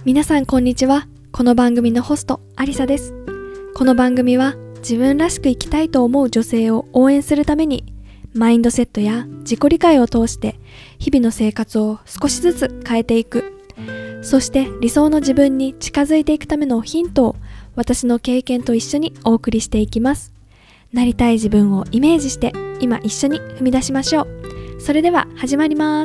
皆さんこんにちは。この番組のホストアリサです。この番組は自分らしく生きたいと思う女性を応援するために、マインドセットや自己理解を通して日々の生活を少しずつ変えていく、そして理想の自分に近づいていくためのヒントを私の経験と一緒にお送りしていきます。なりたい自分をイメージして今一緒に踏み出しましょう。それでは始まります。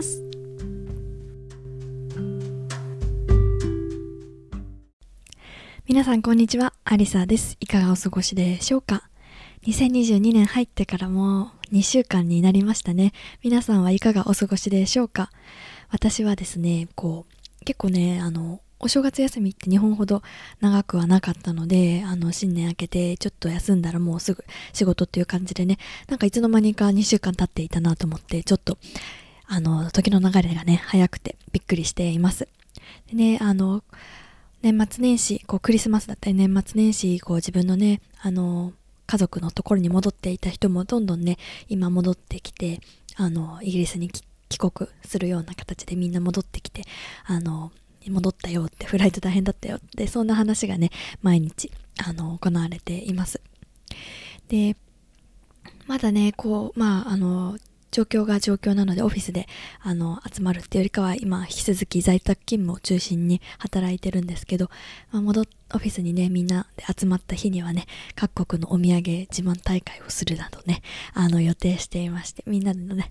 皆さんこんにちは、アリサです。いかがお過ごしでしょうか。2022年入ってからも2週間になりましたね。皆さんはいかがお過ごしでしょうか。私はですね、結構ね、お正月休みって日本ほど長くはなかったので、新年明けてちょっと休んだらもうすぐ仕事っていう感じでね、なんかいつの間にか2週間経っていたなと思って、ちょっと時の流れがね早くてびっくりしています。でね、年末年始クリスマスだったり年末年始自分のね家族のところに戻っていた人もどんどんね今戻ってきてイギリスに帰国するような形でみんな戻ってきて戻ったよって、フライト大変だったよって、そんな話がね毎日行われています。でまだね状況なのでオフィスで集まるっていうよりかは今引き続き在宅勤務を中心に働いてるんですけど、オフィスにねみんなで集まった日にはね各国のお土産自慢大会をするなどね予定していまして、みんなでね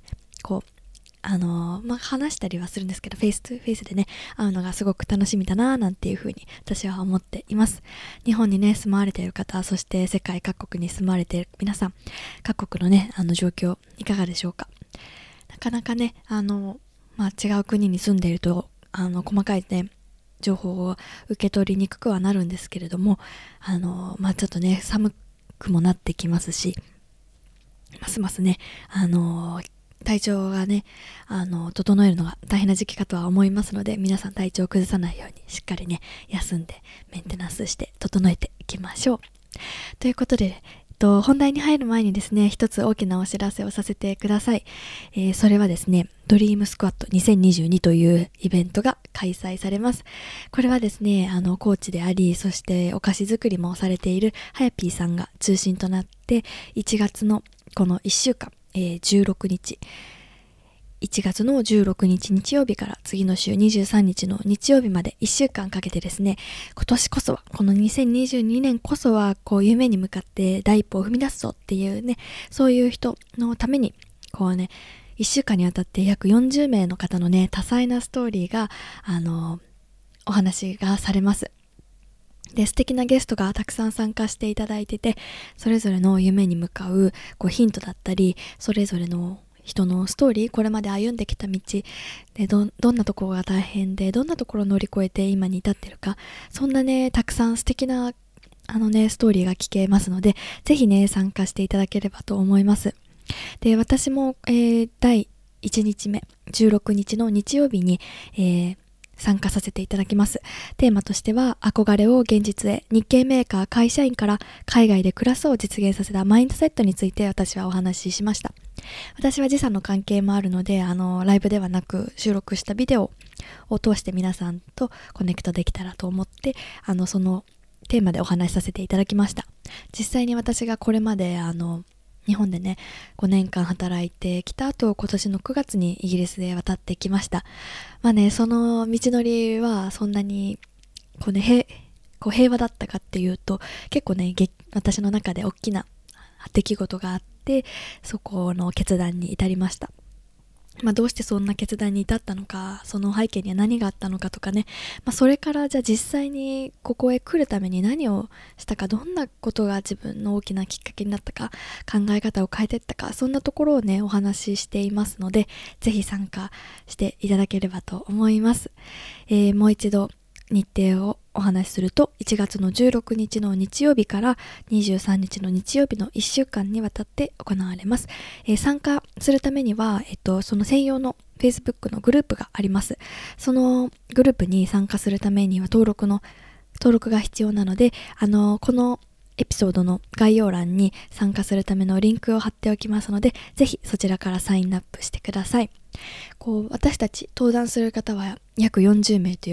話したりはするんですけど、フェイストゥフェイスでね会うのがすごく楽しみだななんていうふうに私は思っています。日本にね住まわれている方、そして世界各国に住まわれている皆さん、各国のね状況いかがでしょうか。なかなかね違う国に住んでいると細かいね情報を受け取りにくくはなるんですけれども、ちょっとね寒くもなってきますし、ますますね体調がね整えるのが大変な時期かとは思いますので、皆さん体調を崩さないようにしっかりね休んでメンテナンスして整えていきましょう。ということで本題に入る前にですね、一つ大きなお知らせをさせてください。それはですね、ドリームスクワット2022というイベントが開催されます。これはですね、コーチであり、そしてお菓子作りもされているはやぴーさんが中心となって、1月のこの1週間、16日、1月の16日日曜日から次の週23日の日曜日まで1週間かけてですね、今年こそは、この2022年こそは夢に向かって第一歩を踏み出すぞっていうね、そういう人のために1週間にわたって約40名の方のね多彩なストーリーがお話がされます。で、素敵なゲストがたくさん参加していただいてて、それぞれの夢に向かうヒントだったり、それぞれの人のストーリー、これまで歩んできた道でどんなところが大変で、どんなところを乗り越えて今に至ってるか、そんなねたくさん素敵なストーリーが聞けますので、ぜひね参加していただければと思います。で、私も、第1日目16日の日曜日に、参加させていただきます。テーマとしては、憧れを現実へ、日系メーカー会社員から海外で暮らすを実現させたマインドセットについて私はお話ししました。私は時差の関係もあるのでライブではなく収録したビデオを通して皆さんとコネクトできたらと思ってそのテーマでお話しさせていただきました。実際に私がこれまで日本でね5年間働いてきた後、今年の9月にイギリスで渡ってきました。その道のりはそんなに平和だったかっていうと、結構ね私の中で大きな出来事があって、そこの決断に至りました。どうしてそんな決断に至ったのか、その背景には何があったのかとかね、それからじゃあ実際にここへ来るために何をしたか、どんなことが自分の大きなきっかけになったか、考え方を変えていったか、そんなところをねお話ししていますので、ぜひ参加していただければと思います。もう一度日程をお話しすると、1月の16日の日曜日から23日の日曜日の1週間にわたって行われます。参加するためには、その専用の Facebook のグループがあります。そのグループに参加するためには登録が必要なので、このエピソードの概要欄に参加するためのリンクを貼っておきますので、ぜひそちらからサインアップしてください。私たち登壇する方は約40名という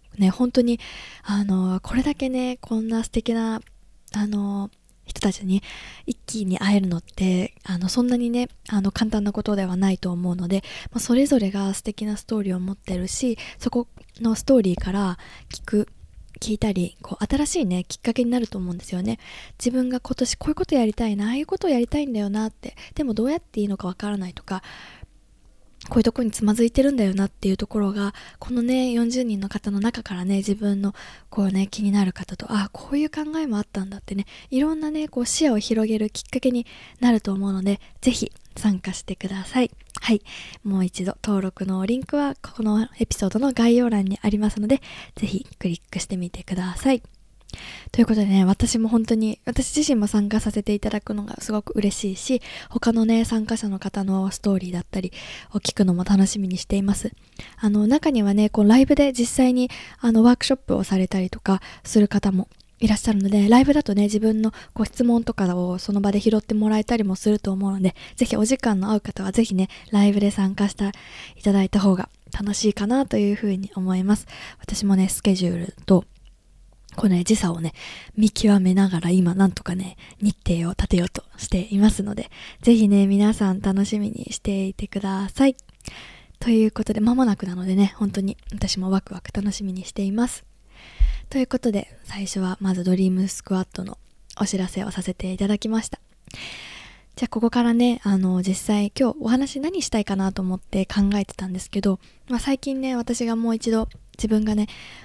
ね、本当にこれだけねこんな素敵な人たちに一気に会えるのってそんなにね簡単なことではないと思うので、それぞれが素敵なストーリーを持ってるし、そこのストーリーから聞いたり新しいねきっかけになると思うんですよね。自分が今年こういうことやりたいな、ああいうことをやりたいんだよなって、でもどうやっていいのかわからないとか、こういうところにつまずいてるんだよなっていうところが、このね40人の方の中からね、自分の気になる方と、こういう考えもあったんだってね、いろんなね視野を広げるきっかけになると思うので、ぜひ参加してください。はい、もう一度登録のリンクはこのエピソードの概要欄にありますので、ぜひクリックしてみてください。ということでね、私自身も参加させていただくのがすごく嬉しいし、他のね参加者の方のストーリーだったりを聞くのも楽しみにしています。中にはねライブで実際にワークショップをされたりとかする方もいらっしゃるので、ライブだとね自分の質問とかをその場で拾ってもらえたりもすると思うので、ぜひお時間の合う方はぜひねライブで参加していただいた方が楽しいかなというふうに思います。私もねスケジュールと時差をね見極めながら今なんとかね日程を立てようとしていますので、ぜひね皆さん楽しみにしていてください。ということで間もなくなのでね、本当に私もワクワク楽しみにしています。ということで最初はまずドリームスクワットのお知らせをさせていただきました。じゃあここからね実際今日お話何したいかなと思って考えてたんですけど、最近ね私がもう一度自分がね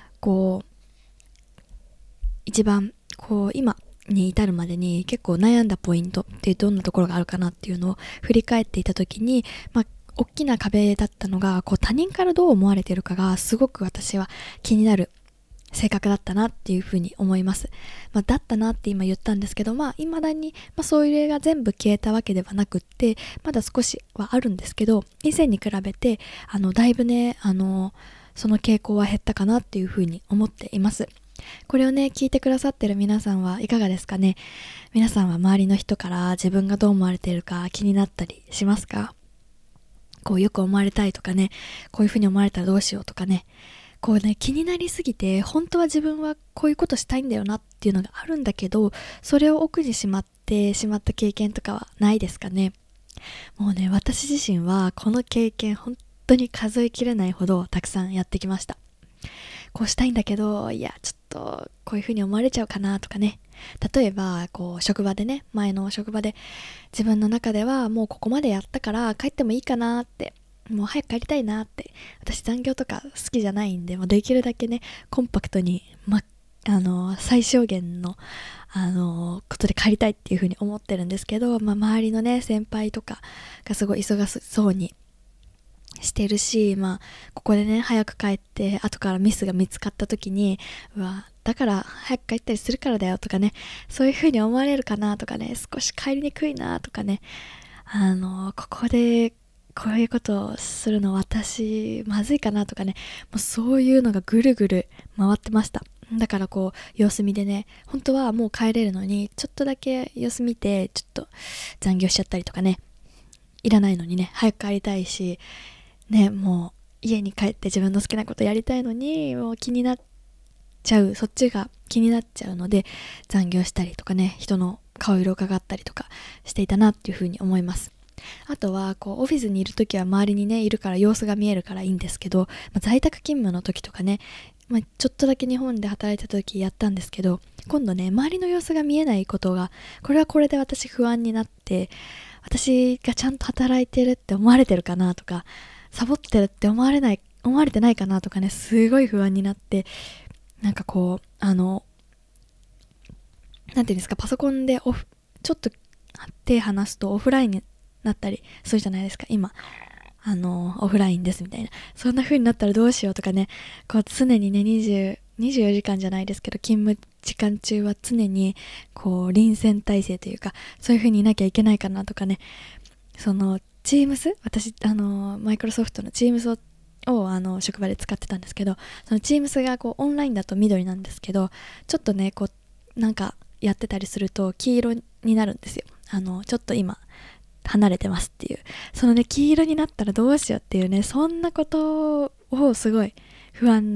一番今に至るまでに結構悩んだポイントってどんなところがあるかなっていうのを振り返っていた時に、大きな壁だったのが他人からどう思われてるかがすごく私は気になる性格だったなっていうふうに思います。だったなって今言ったんですけど、未だに、そういう例が全部消えたわけではなくって、まだ少しはあるんですけど、以前に比べてだいぶねその傾向は減ったかなっていうふうに思っています。これをね聞いてくださってる皆さんはいかがですかね。皆さんは周りの人から自分がどう思われているか気になったりしますか？よく思われたいとかね、こういうふうに思われたらどうしようとかね、気になりすぎて本当は自分はこういうことしたいんだよなっていうのがあるんだけど、それを奥にしまった経験とかはないですかね。もうね私自身はこの経験本当に数えきれないほどたくさんやってきました。こうしたいんだけど、いやちょっとこういう風に思われちゃうかなとかね、例えば職場でね、前の職場で自分の中ではもうここまでやったから帰ってもいいかなって、もう早く帰りたいなって、私残業とか好きじゃないんで、もうできるだけねコンパクトに、最小限のことで帰りたいっていう風に思ってるんですけど、周りのね先輩とかがすごい忙しそうにしてるし、ここでね早く帰って後からミスが見つかった時に、だから早く帰ったりするからだよとかね、そういう風に思われるかなとかね、少し帰りにくいなとかね、ここでこういうことをするの私まずいかなとかね、もうそういうのがぐるぐる回ってました。だから様子見でね、本当はもう帰れるのにちょっとだけ様子見てちょっと残業しちゃったりとかね、いらないのにね早く帰りたいしね、もう家に帰って自分の好きなことやりたいのに、もう気になっちゃう、そっちが気になっちゃうので残業したりとかね、人の顔色を伺ったりとかしていたなっていうふうに思います。あとはオフィスにいるときは周りにねいるから様子が見えるからいいんですけど、在宅勤務の時とかね、ちょっとだけ日本で働いた時やったんですけど、今度ね周りの様子が見えないことが、これはこれで私不安になって、私がちゃんと働いてるって思われてるかなとか、サボってるって思われてないかなとかね、すごい不安になって、なんていうんですか、パソコンでちょっと手離すとオフラインになったりするじゃないですか。今オフラインですみたいな、そんな風になったらどうしようとかね、常にね24時間じゃないですけど、勤務時間中は常に臨戦態勢というか、そういう風にいなきゃいけないかなとかね、Teams、私マイクロソフトの Teams を職場で使ってたんですけど、その Teams がオンラインだと緑なんですけど、ちょっとねなんかやってたりすると黄色になるんですよ。ちょっと今離れてますっていう、そのね黄色になったらどうしようっていうね、そんなことをすごい不安に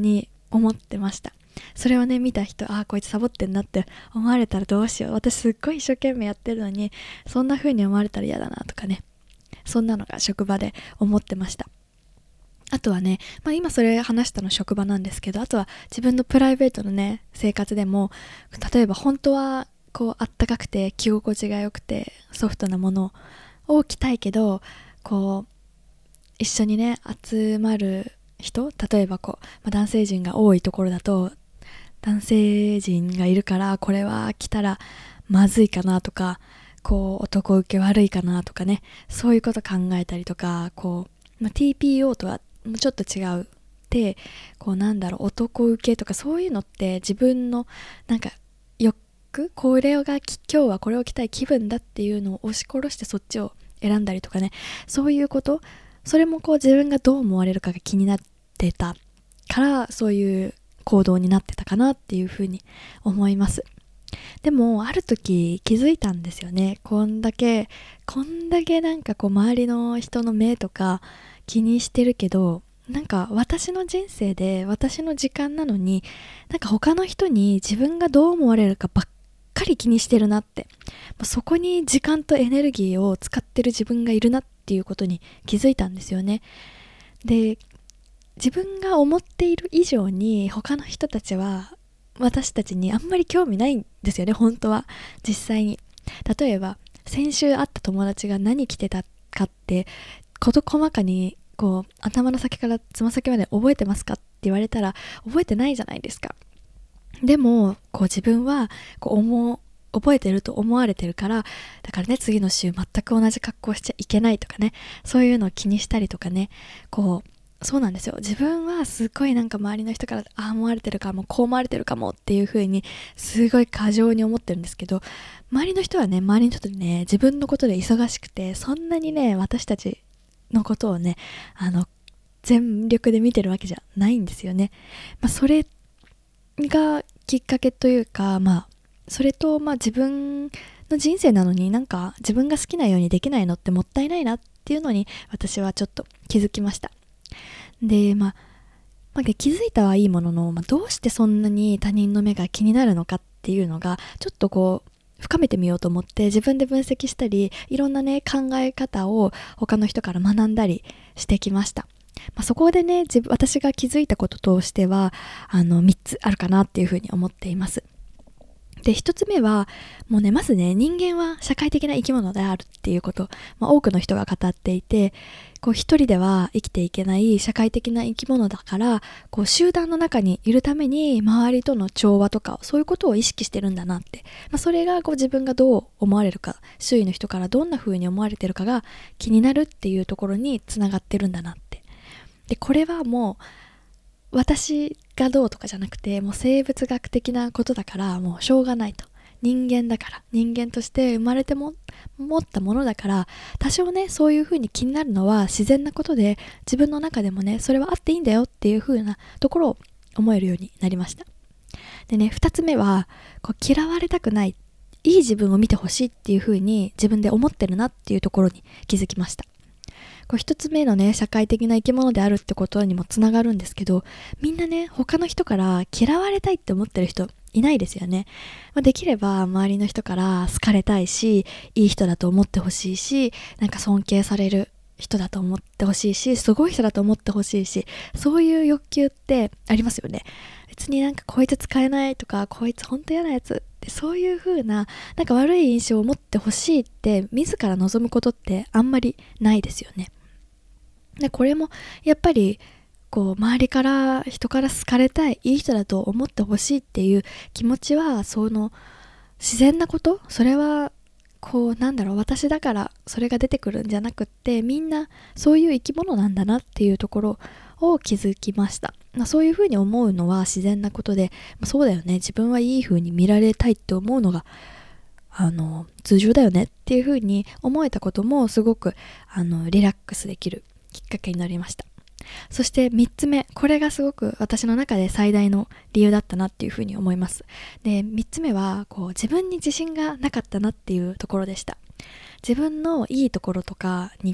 思ってました。それをね見た人、こいつサボってんなって思われたらどうしよう、私すっごい一生懸命やってるのにそんな風に思われたら嫌だなとかね、そんなのが職場で思ってました。あとはね、今それ話したの職場なんですけど、あとは自分のプライベートのね生活でも、例えば本当はこうあったかくて着心地が良くてソフトなものを着たいけど、こう一緒にね集まる人、例えば男性陣が多いところだと、男性陣がいるからこれは着たらまずいかなとか、男受け悪いかなとかね、そういうこと考えたりとか、TPO とはちょっと違うで、男受けとかそういうのって自分の欲、今日はこれを着たい気分だっていうのを押し殺してそっちを選んだりとかね、そういうこと、それも自分がどう思われるかが気になってたから、そういう行動になってたかなっていうふうに思います。でもある時気づいたんですよね。こんだけ周りの人の目とか気にしてるけど、私の人生で私の時間なのに、他の人に自分がどう思われるかばっかり気にしてるなって、そこに時間とエネルギーを使ってる自分がいるなっていうことに気づいたんですよね。で、自分が思っている以上に他の人たちは私たちにあんまり興味ないんですよね、本当は。実際に例えば先週会った友達が何着てたかって事細かに頭の先からつま先まで覚えてますかって言われたら覚えてないじゃないですか。でも自分は覚えてると思われてるから、だからね次の週全く同じ格好しちゃいけないとかね、そういうのを気にしたりとかね、そうなんですよ。自分はすっごい周りの人から思われてるかも、こう思われてるかもっていう風にすごい過剰に思ってるんですけど、周りの人でね自分のことで忙しくて、そんなにね私たちのことをね全力で見てるわけじゃないんですよね。それがきっかけというか、それと自分の人生なのに自分が好きなようにできないのってもったいないなっていうのに私はちょっと気づきました。で、気づいたはいいものの、どうしてそんなに他人の目が気になるのかっていうのがちょっと深めてみようと思って自分で分析したり、いろんなね考え方を他の人から学んだりしてきました。そこでね私が気づいたこととしては3つあるかなっていうふうに思っています。で、1つ目はもうね、まずね人間は社会的な生き物であるっていうこと、多くの人が語っていて、一人では生きていけない社会的な生き物だから、集団の中にいるために周りとの調和とかそういうことを意識してるんだなって、それが自分がどう思われるか、周囲の人からどんな風に思われてるかが気になるっていうところにつながってるんだなって。で、これはもう私がどうとかじゃなくて、もう生物学的なことだから、もうしょうがないと。人間だから、人間として生まれて持ったものだから、多少ねそういう風に気になるのは自然なことで、自分の中でもねそれはあっていいんだよっていう風なところを思えるようになりました。でね、2つ目は嫌われたくない、いい自分を見てほしいっていう風に自分で思ってるなっていうところに気づきました。一つ目のね社会的な生き物であるってことにもつながるんですけど、みんなね他の人から嫌われたいって思ってる人いないですよね。できれば周りの人から好かれたいし、いい人だと思ってほしいし、尊敬される人だと思ってほしいし、すごい人だと思ってほしいし、そういう欲求ってありますよね。別にこいつ使えないとか、こいつほんと嫌なやつって、そういう風な悪い印象を持ってほしいって自ら望むことってあんまりないですよね。で、これもやっぱり周りから人から好かれたい、いい人だと思ってほしいっていう気持ちは自然なこと、それは私だからそれが出てくるんじゃなくって、みんなそういう生き物なんだなっていうところを気づきました。そういうふうに思うのは自然なことで、そうだよね、自分はいいふうに見られたいって思うのが通常だよねっていうふうに思えたこともすごくリラックスできるきっかけになりました。そして3つ目、これがすごく私の中で最大の理由だったなっていうふうに思います。で、3つ目は自分に自信がなかったなっていうところでした。自分のいいところとかに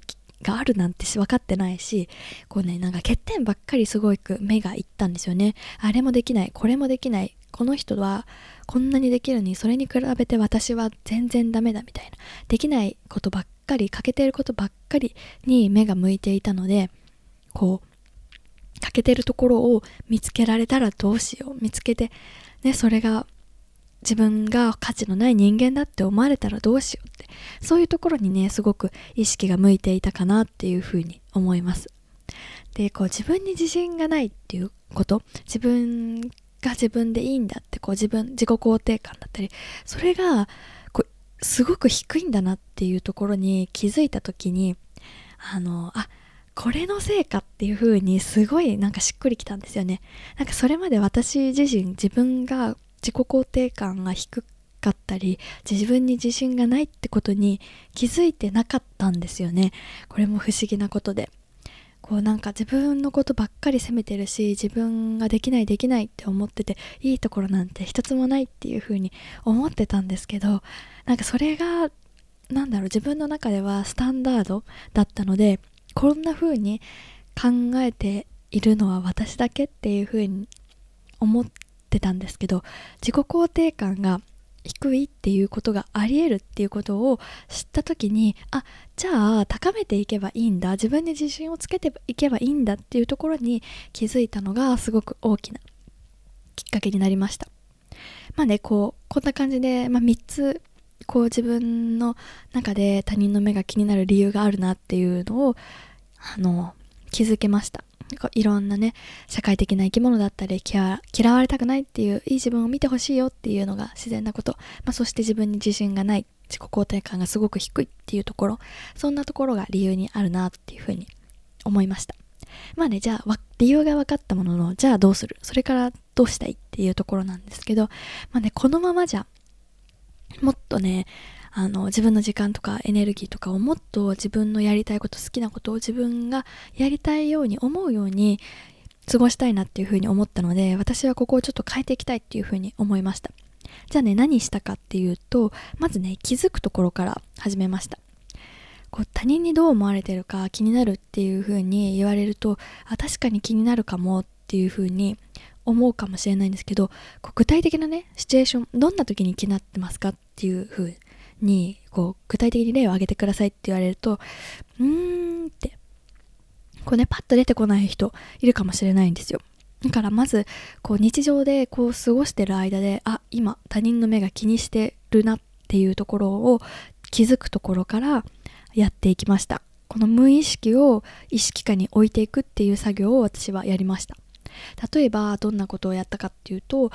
があるなんて分かってないし、こうね、なんか欠点ばっかりすごく目がいったんですよね。あれもできない、これもできない、この人はこんなにできるのにそれに比べて私は全然ダメだみたいな、できないことばっかり、欠けてることばっかりに目が向いていたので、こう欠けてるところを見つけられたらどうしよう、見つけてね、それが自分が価値のない人間だって思われたらどうしようって、そういうところにねすごく意識が向いていたかなっていうふうに思います。で、こう自分に自信がないっていうこと、自分が自分でいいんだって、こう自己肯定感だったり、それがこうすごく低いんだなっていうところに気づいた時に、これのせいかっていう風にすごいなんかしっくりきたんですよね。なんかそれまで私自身、自分が自己肯定感が低かったり、自分に自信がないってことに気づいてなかったんですよね。これも不思議なことで、こうなんか自分のことばっかり責めてるし、自分ができないって思ってて、いいところなんて一つもないっていう風に思ってたんですけど、なんかそれが自分の中ではスタンダードだったので、こんな風に考えているのは私だけっていう風に思ってたんですけど、自己肯定感が低いっていうことがあり得るっていうことを知った時に、じゃあ高めていけばいいんだ、自分に自信をつけていけばいいんだっていうところに気づいたのがすごく大きなきっかけになりました。こんな感じで、3つ自分の中で他人の目が気になる理由があるなっていうのを気づけました。いろんなね、社会的な生き物だったり、嫌われたくないっていう、いい自分を見てほしいよっていうのが自然なこと、そして自分に自信がない、自己肯定感がすごく低いっていうところ、そんなところが理由にあるなっていうふうに思いました。じゃあ理由が分かったものの、じゃあどうする、それからどうしたいっていうところなんですけど、このままじゃもっとね、自分の時間とかエネルギーとかをもっと自分のやりたいこと、好きなことを自分がやりたいように思うように過ごしたいなっていうふうに思ったので、私はここをちょっと変えていきたいっていうふうに思いました。じゃあね、何したかっていうと、まずね、気づくところから始めました。他人にどう思われてるか気になるっていうふうに言われると、確かに気になるかもっていうふうに思うかもしれないんですけど、具体的なね、シチュエーション、どんな時に気になってますかっていうふうに具体的に例を挙げてくださいって言われると、ってパッと出てこない人いるかもしれないんですよ。だからまず日常で過ごしてる間で、今他人の目が気にしてるなっていうところを気づくところからやっていきました。この無意識を意識下に置いていくっていう作業を私はやりました。例えばどんなことをやったかっていうと、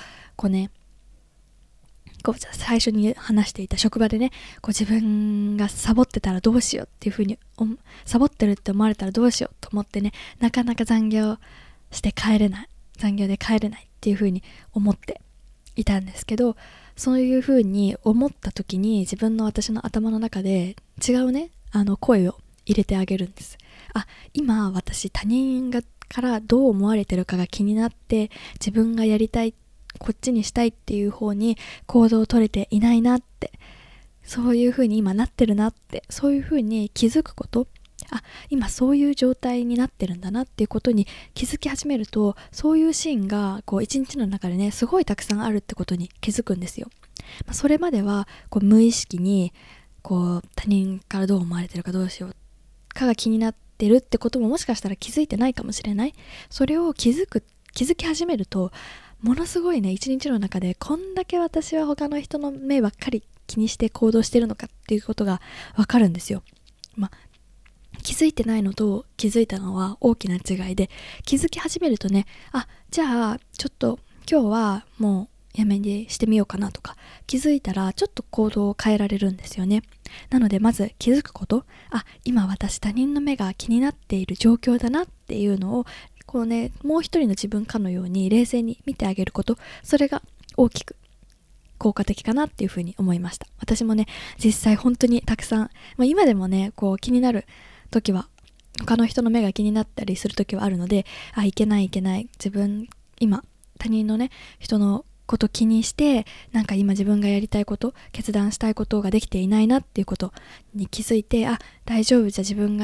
最初に話していた職場でね、自分がサボってたらどうしようっていう風にサボってるって思われたらどうしようと思ってね、なかなか残業で帰れないっていう風に思っていたんですけど、そういう風に思った時に私の頭の中で違うね、声を入れてあげるんです。今私他人からどう思われてるかが気になって、自分がやりたい、こっちにしたいっていう方に行動を取れていないなって、そういう風に今なってるなって、そういう風に気づくこと、今そういう状態になってるんだなっていうことに気づき始めると、そういうシーンが一日の中でね、すごいたくさんあるってことに気づくんですよ。それまでは無意識に他人からどう思われてるかどうしようかが気になってるってことももしかしたら気づいてないかもしれない。それを気づき始めると、ものすごいね、一日の中でこんだけ私は他の人の目ばっかり気にして行動してるのかっていうことがわかるんですよ。気づいてないのと気づいたのは大きな違いで、気づき始めるとね、じゃあちょっと今日はもうやめにしてみようかなとか、気づいたらちょっと行動を変えられるんですよね。なのでまず気づくこと、今私他人の目が気になっている状況だなっていうのをもう一人の自分かのように冷静に見てあげること、それが大きく効果的かなっていうふうに思いました。私もね、実際本当にたくさん、今でもね、気になる時は、他の人の目が気になったりする時はあるので、いけない自分今他人のね、人のこと気にして、今自分がやりたいこと、決断したいことができていないなっていうことに気づいて、大丈夫、じゃあ自分がね、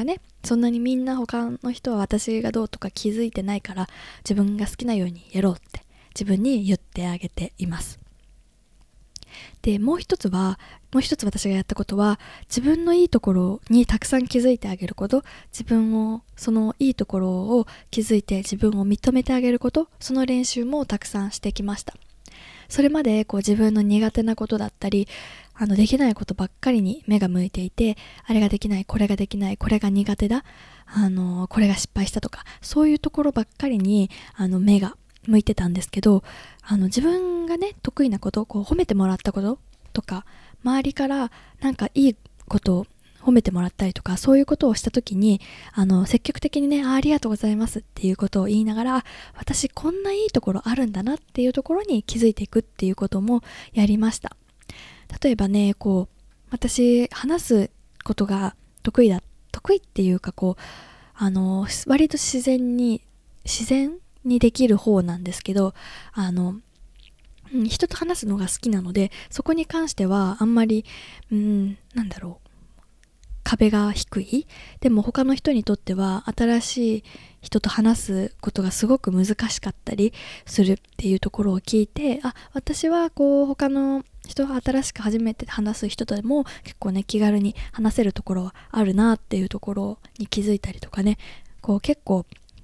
そんなにみんな他の人は私がどうとか気づいてないから、自分が好きなようにやろうって自分に言ってあげています。で、もう一つ私がやったことは、自分のいいところにたくさん気づいてあげること、そのいいところを気づいて自分を認めてあげること、その練習もたくさんしてきました。それまで自分の苦手なことだったり、できないことばっかりに目が向いていて、あれができない、これができない、これが苦手だ、これが失敗したとか、そういうところばっかりに目が向いてたんですけど、自分がね得意なこと、褒めてもらったこととか、周りからなんかいいことを褒めてもらったりとか、そういうことをした時に積極的にね、ありがとうございますっていうことを言いながら、私こんないいところあるんだなっていうところに気づいていくっていうこともやりました。例えばね、私話すことが得意っていうか、割と自然にできる方なんですけど、人と話すのが好きなので、そこに関してはあんまり壁が低い。でも他の人にとっては新しい人と話すことがすごく難しかったりするっていうところを聞いて、私は他の人が新しく初めて話す人とでも結構ね、気軽に話せるところはあるなっていうところに気づいたりとかね、結構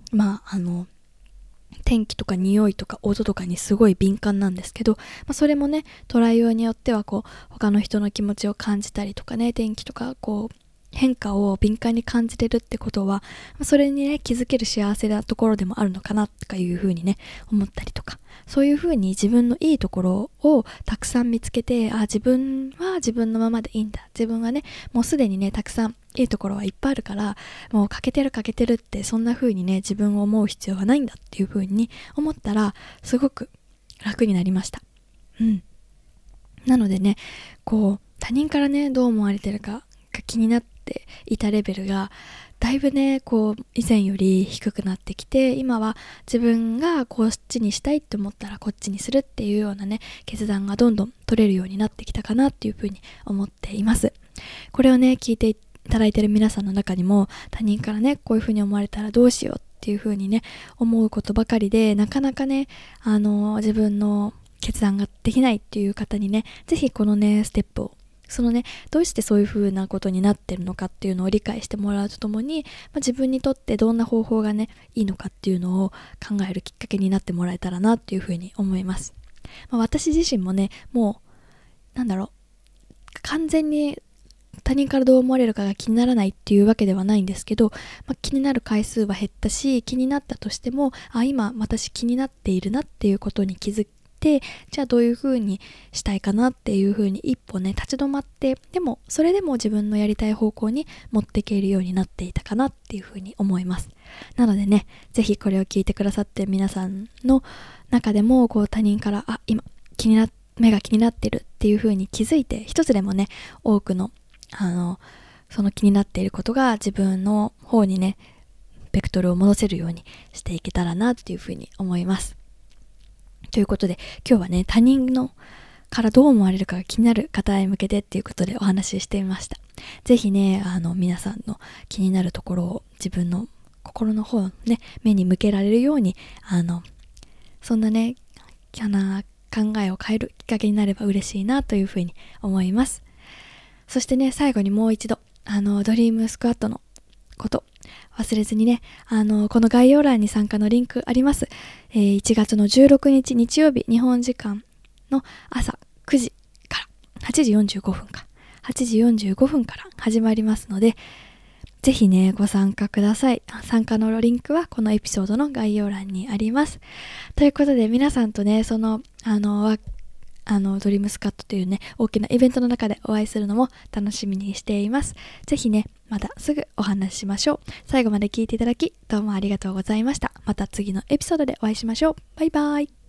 天気とか匂いとか音とかにすごい敏感なんですけど、それもね、捉えようによっては他の人の気持ちを感じたりとかね、天気とか変化を敏感に感じれるってことは、それにね気づける幸せなところでもあるのかなとかいうふうにね思ったりとか、そういうふうに自分のいいところをたくさん見つけて、自分は自分のままでいいんだ、自分はねもうすでにねたくさんいいところはいっぱいあるから、もう欠けてるって、そんなふうにね自分を思う必要はないんだっていうふうに思ったら、すごく楽になりました。なのでね、他人からねどう思われてるかが気になっていたレベルがだいぶね以前より低くなってきて、今は自分がこっちにしたいって思ったらこっちにするっていうようなね決断がどんどん取れるようになってきたかなっていうふうに思っています。これをね聞いていただいている皆さんの中にも、他人からねこういうふうに思われたらどうしようっていうふうにね思うことばかりで、なかなかね自分の決断ができないっていう方にね、ぜひこのねステップを、どうしてそういう風なことになってるのかっていうのを理解してもらうとともに、自分にとってどんな方法がねいいのかっていうのを考えるきっかけになってもらえたらなっていう風に思います。私自身もね、もう完全に他人からどう思われるかが気にならないっていうわけではないんですけど、気になる回数は減ったし、気になったとしても今私気になっているなっていうことに気づいて、じゃあどういう風にしたいかなっていう風に一歩ね立ち止まって、でもそれでも自分のやりたい方向に持っていけるようになっていたかなっていう風に思います。なのでね、ぜひこれを聞いてくださってる皆さんの中でも他人から今目が気になってるっていう風に気づいて、一つでもね多くのその気になっていることが自分の方にねベクトルを戻せるようにしていけたらなっていう風に思います。ということで、今日はね他人のからどう思われるかが気になる方へ向けてっていうことでお話ししてみました。ぜひね皆さんの気になるところを自分の心の方のね目に向けられるように、そんなね考えを変えるきっかけになれば嬉しいなというふうに思います。そしてね、最後にもう一度ドリームスクワットのこと忘れずにね、この概要欄に参加のリンクあります。1月の16日日曜日、日本時間の朝9時から8時45分から始まりますので、ぜひねご参加ください。参加のリンクはこのエピソードの概要欄にあります。ということで、皆さんとねドリームスカットというね大きなイベントの中でお会いするのも楽しみにしています。ぜひねまたすぐお話ししましょう。最後まで聞いていただきどうもありがとうございました。また次のエピソードでお会いしましょう。バイバイ。